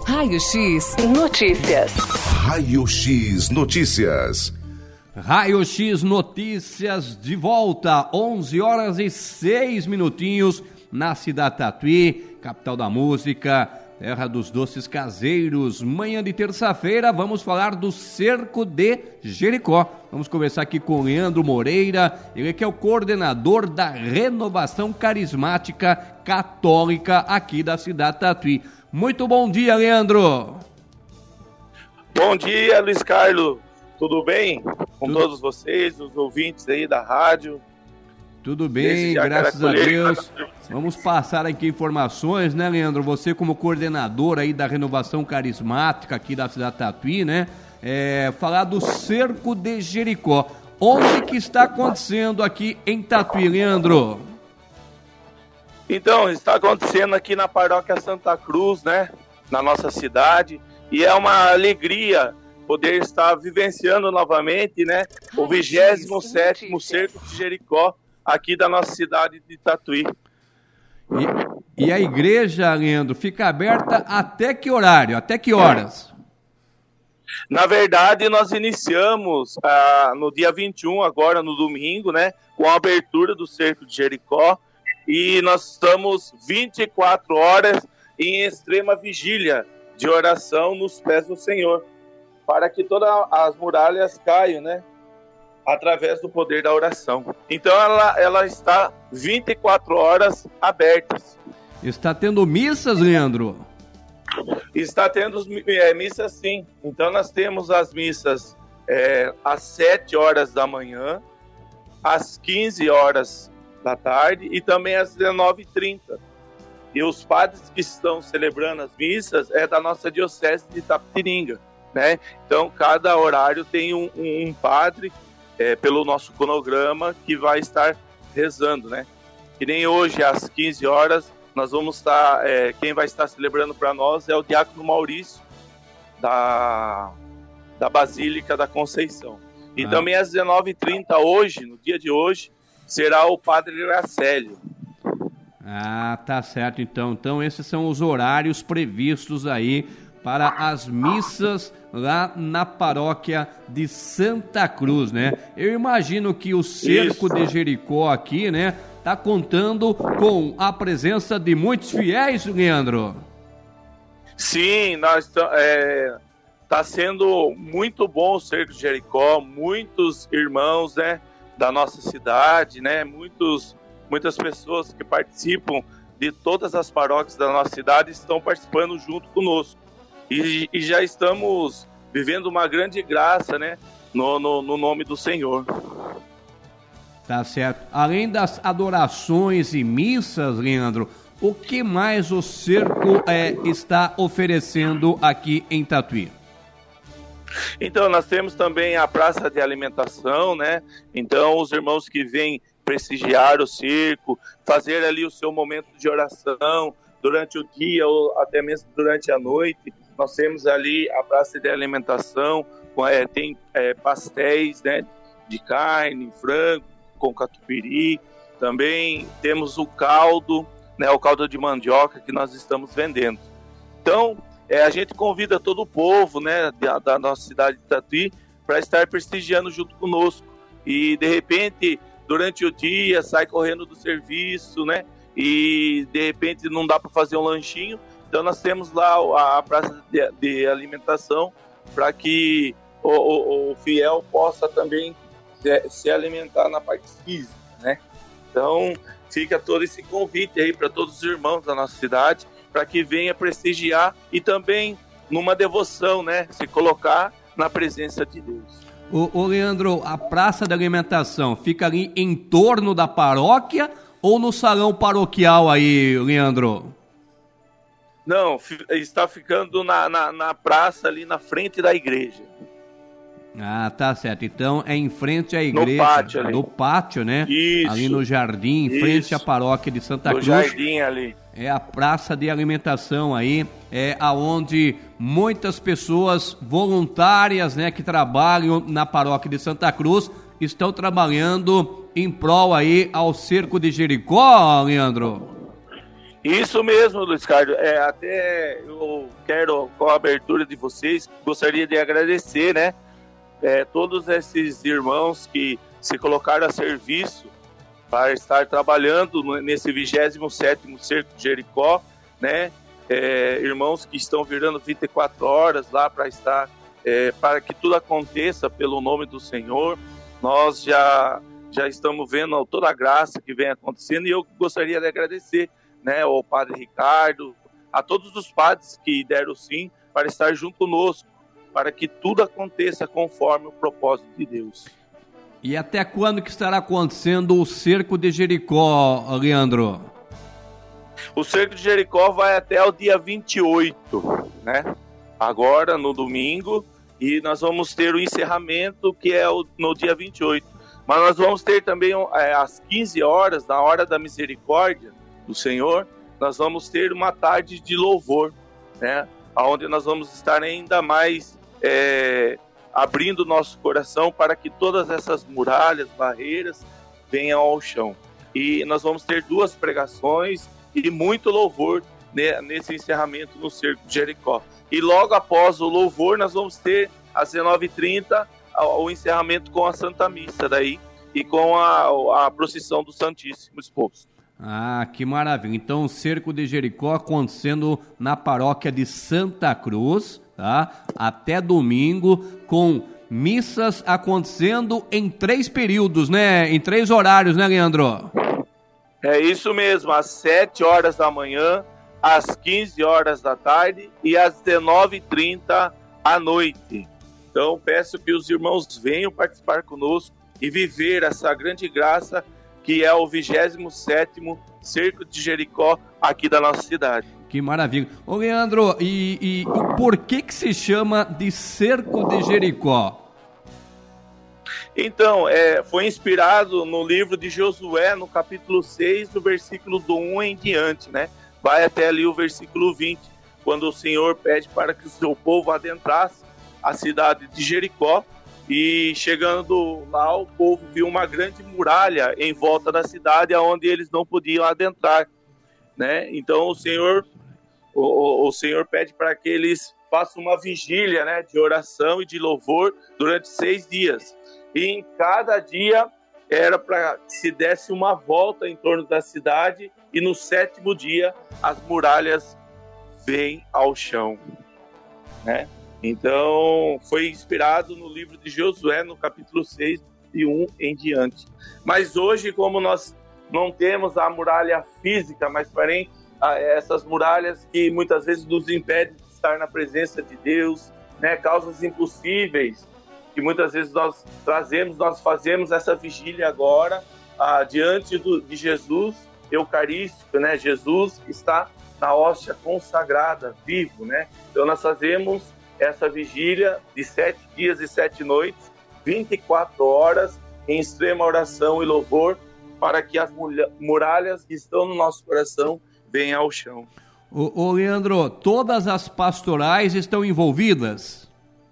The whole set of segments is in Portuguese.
Raio X Notícias. Raio X Notícias. Raio X Notícias de volta, 11 horas e 6 minutinhos, na cidade Tatuí, capital da música, terra dos doces caseiros. Manhã de terça-feira, vamos falar do Cerco de Jericó. Vamos conversar aqui com o Leandro Moreira, ele que é o coordenador da Renovação Carismática Católica aqui da cidade Tatuí. Muito bom dia, Leandro. Bom dia, Luiz Carlos. Tudo bem com todos vocês, os ouvintes aí da rádio? Tudo bem, graças a Deus. Vamos passar aqui informações, né, Leandro? Você como coordenador aí da Renovação Carismática aqui da cidade Tatuí, né? Falar do Cerco de Jericó. Onde que está acontecendo aqui em Tatuí, Leandro? Então, está acontecendo aqui na Paróquia Santa Cruz, né? Na nossa cidade. E é uma alegria poder estar vivenciando novamente, né? O 27º Cerco de Jericó aqui da nossa cidade de Tatuí. E a igreja, Leandro, fica aberta até que horário? Até que horas? Na verdade, nós iniciamos no dia 21, agora no domingo, né? Com a abertura do Cerco de Jericó. E nós estamos 24 horas em extrema vigília de oração nos pés do Senhor, para que todas as muralhas caiam, né? Através do poder da oração. Então ela está 24 horas abertas. Está tendo missas, Leandro? Está tendo missas, sim. Então nós temos as missas às 7 horas da manhã, às 15 horas da tarde e também às 19h30. E os padres que estão celebrando as missas é da nossa diocese de Itapetininga, né? Então cada horário tem um padre pelo nosso cronograma que vai estar rezando, né? Que nem hoje às 15 horas nós vamos estar, quem vai estar celebrando para nós é o diácono Maurício da Basílica da Conceição. E também às 19h30 hoje, no dia de hoje, será o padre Gracélio. Ah, tá certo então. Então esses são os horários previstos aí para as missas lá na paróquia de Santa Cruz, né? Eu imagino que o Cerco de Jericó aqui, né, tá contando com a presença de muitos fiéis, Leandro. Sim, tá sendo muito bom o Cerco de Jericó, muitos irmãos, né, da nossa cidade, né, muitas pessoas que participam de todas as paróquias da nossa cidade estão participando junto conosco. E já estamos vivendo uma grande graça, né, no nome do Senhor. Tá certo. Além das adorações e missas, Leandro, o que mais o Cerco está oferecendo aqui em Tatuí? Então, nós temos também a praça de alimentação, né? Então, os irmãos que vêm prestigiar o cerco, fazer ali o seu momento de oração durante o dia ou até mesmo durante a noite, nós temos ali a praça de alimentação, tem pastéis, né, de carne, frango, com catupiry, também temos o caldo, né, o caldo de mandioca que nós estamos vendendo. Então, a gente convida todo o povo, né, da nossa cidade de Tatuí para estar prestigiando junto conosco. E, de repente, durante o dia, sai correndo do serviço, né, e, de repente, não dá para fazer um lanchinho. Então, nós temos lá a praça de alimentação para que o fiel possa também se alimentar na parte física, né. Então, fica todo esse convite aí para todos os irmãos da nossa cidade, para que venha prestigiar e também numa devoção, né, se colocar na presença de Deus. Ô Leandro, a praça de alimentação fica ali em torno da paróquia ou no salão paroquial aí, Leandro? Não, está ficando na praça ali na frente da igreja. Ah, tá certo. Então é em frente à igreja. No pátio ali. No pátio, né? Isso. Ali no jardim, em frente à paróquia de Santa Cruz. No jardim ali. É a praça de alimentação aí, aonde muitas pessoas voluntárias, né, que trabalham na paróquia de Santa Cruz, estão trabalhando em prol aí ao Cerco de Jericó, Leandro. Isso mesmo, Luiz Carlos. Até eu quero, com a abertura de vocês, gostaria de agradecer, né, todos esses irmãos que se colocaram a serviço para estar trabalhando nesse 27º Cerco de Jericó, né, irmãos que estão virando 24 horas lá para estar, para que tudo aconteça pelo nome do Senhor. Nós já estamos vendo toda a graça que vem acontecendo, e eu gostaria de agradecer, né, ao Padre Ricardo, a todos os padres que deram sim para estar junto conosco, para que tudo aconteça conforme o propósito de Deus. E até quando que estará acontecendo o Cerco de Jericó, Leandro? O Cerco de Jericó vai até o dia 28, né? Agora, no domingo, e nós vamos ter o encerramento, que é no dia 28. Mas nós vamos ter também, às 15 horas, na hora da misericórdia do Senhor, nós vamos ter uma tarde de louvor, né? Onde nós vamos estar ainda mais abrindo nosso coração para que todas essas muralhas, barreiras, venham ao chão. E nós vamos ter 2 pregações e muito louvor nesse encerramento no Cerco de Jericó. E logo após o louvor, nós vamos ter às 19h30 o encerramento com a Santa Missa daí, e com a procissão do Santíssimo Exposto. Ah, que maravilha. Então, o Cerco de Jericó acontecendo na paróquia de Santa Cruz, tá? Até domingo, com missas acontecendo em 3 períodos, né? Em 3 horários, né, Leandro? É isso mesmo, às 7 horas da manhã, às 15 horas da tarde e às 19h30 à noite. Então, peço que os irmãos venham participar conosco e viver essa grande graça que é o 27º Cerco de Jericó aqui da nossa cidade. Que maravilha. Ô Leandro, e por que se chama de Cerco de Jericó? Então, foi inspirado no livro de Josué, no capítulo 6, do versículo do 1 em diante, né? Vai até ali o versículo 20, quando o Senhor pede para que o seu povo adentrasse a cidade de Jericó. E chegando lá, o povo viu uma grande muralha em volta da cidade, onde eles não podiam adentrar, né? Então o Senhor pede para que eles façam uma vigília, né, de oração e de louvor durante 6 dias. E em cada dia era para que se desse uma volta em torno da cidade, e no 7º dia as muralhas vêm ao chão, né? Então, foi inspirado no livro de Josué, no capítulo 6, de 1 em diante. Mas hoje, como nós não temos a muralha física, mas porém essas muralhas que muitas vezes nos impedem de estar na presença de Deus, né, causas impossíveis, que muitas vezes nós fazemos essa vigília agora, diante de Jesus Eucarístico, né? Jesus está na hóstia consagrada, vivo, né? Então nós fazemos essa vigília de 7 dias e 7 noites, 24 horas, em extrema oração e louvor, para que as muralhas que estão no nosso coração venham ao chão. Ô Leandro, todas as pastorais estão envolvidas?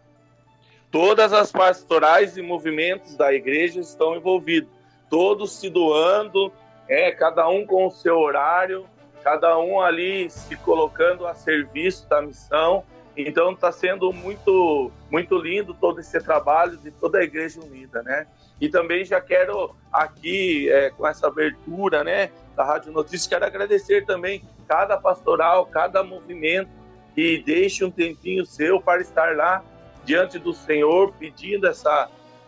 Todas as pastorais e movimentos da igreja estão envolvidos, todos se doando, cada um com o seu horário, cada um ali se colocando a serviço da missão. Então está sendo muito, muito lindo todo esse trabalho de toda a Igreja Unida, né? E também já quero aqui, com essa abertura, né, da Rádio Notícias, quero agradecer também cada pastoral, cada movimento que deixe um tempinho seu para estar lá diante do Senhor, pedindo essa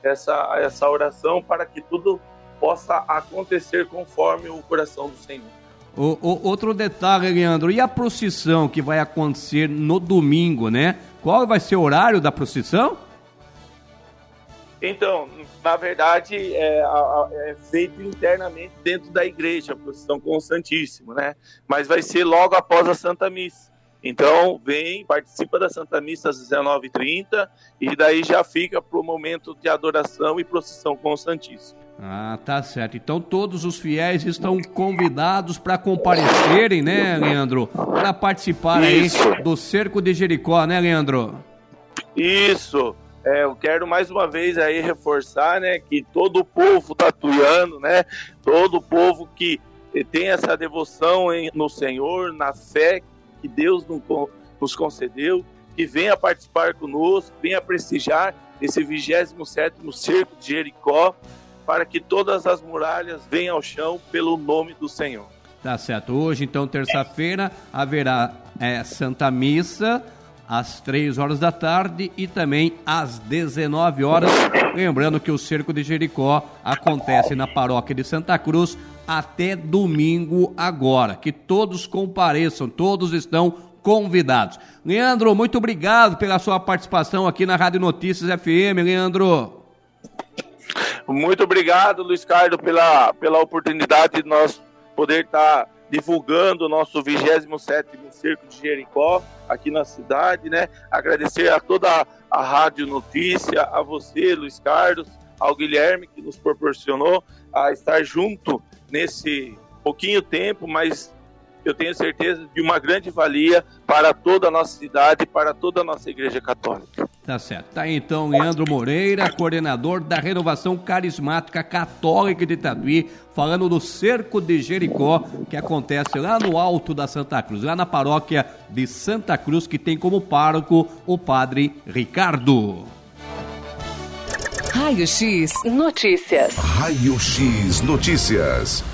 oração para que tudo possa acontecer conforme o coração do Senhor. Outro detalhe, Leandro, e a procissão que vai acontecer no domingo, né? Qual vai ser o horário da procissão? Então, na verdade, é feito internamente dentro da igreja, a procissão com o Santíssimo, né? Mas vai ser logo após a Santa Missa. Então, participa da Santa Missa às 19h30 e daí já fica para o momento de adoração e procissão com o Santíssimo. Ah, tá certo. Então todos os fiéis estão convidados para comparecerem, né, Leandro? Para participar aí do Cerco de Jericó, né, Leandro? Isso. Eu quero mais uma vez aí reforçar, né, que todo o povo tatuiano, né, todo o povo que tem essa devoção no Senhor, na fé que Deus nos concedeu, que venha participar conosco, venha prestigiar esse 27º Cerco de Jericó, para que todas as muralhas venham ao chão pelo nome do Senhor. Tá certo. Hoje, então, terça-feira, haverá Santa Missa às 3 horas da tarde e também às 19 horas. Lembrando que o Cerco de Jericó acontece na paróquia de Santa Cruz até domingo agora. Que todos compareçam, todos estão convidados. Leandro, muito obrigado pela sua participação aqui na Rádio Notícias FM, Leandro. Muito obrigado, Luiz Carlos, pela oportunidade de nós poder estar divulgando o nosso 27º Cerco de Jericó aqui na cidade, né? Agradecer a toda a Rádio Notícia, a você, Luiz Carlos, ao Guilherme, que nos proporcionou a estar junto nesse pouquinho tempo, mas eu tenho certeza de uma grande valia para toda a nossa cidade, para toda a nossa Igreja Católica. Tá certo. Tá aí, então, Leandro Moreira, coordenador da Renovação Carismática Católica de Tatuí, falando do Cerco de Jericó, que acontece lá no alto da Santa Cruz, lá na paróquia de Santa Cruz, que tem como pároco o padre Ricardo. Raio X Notícias. Raio X Notícias.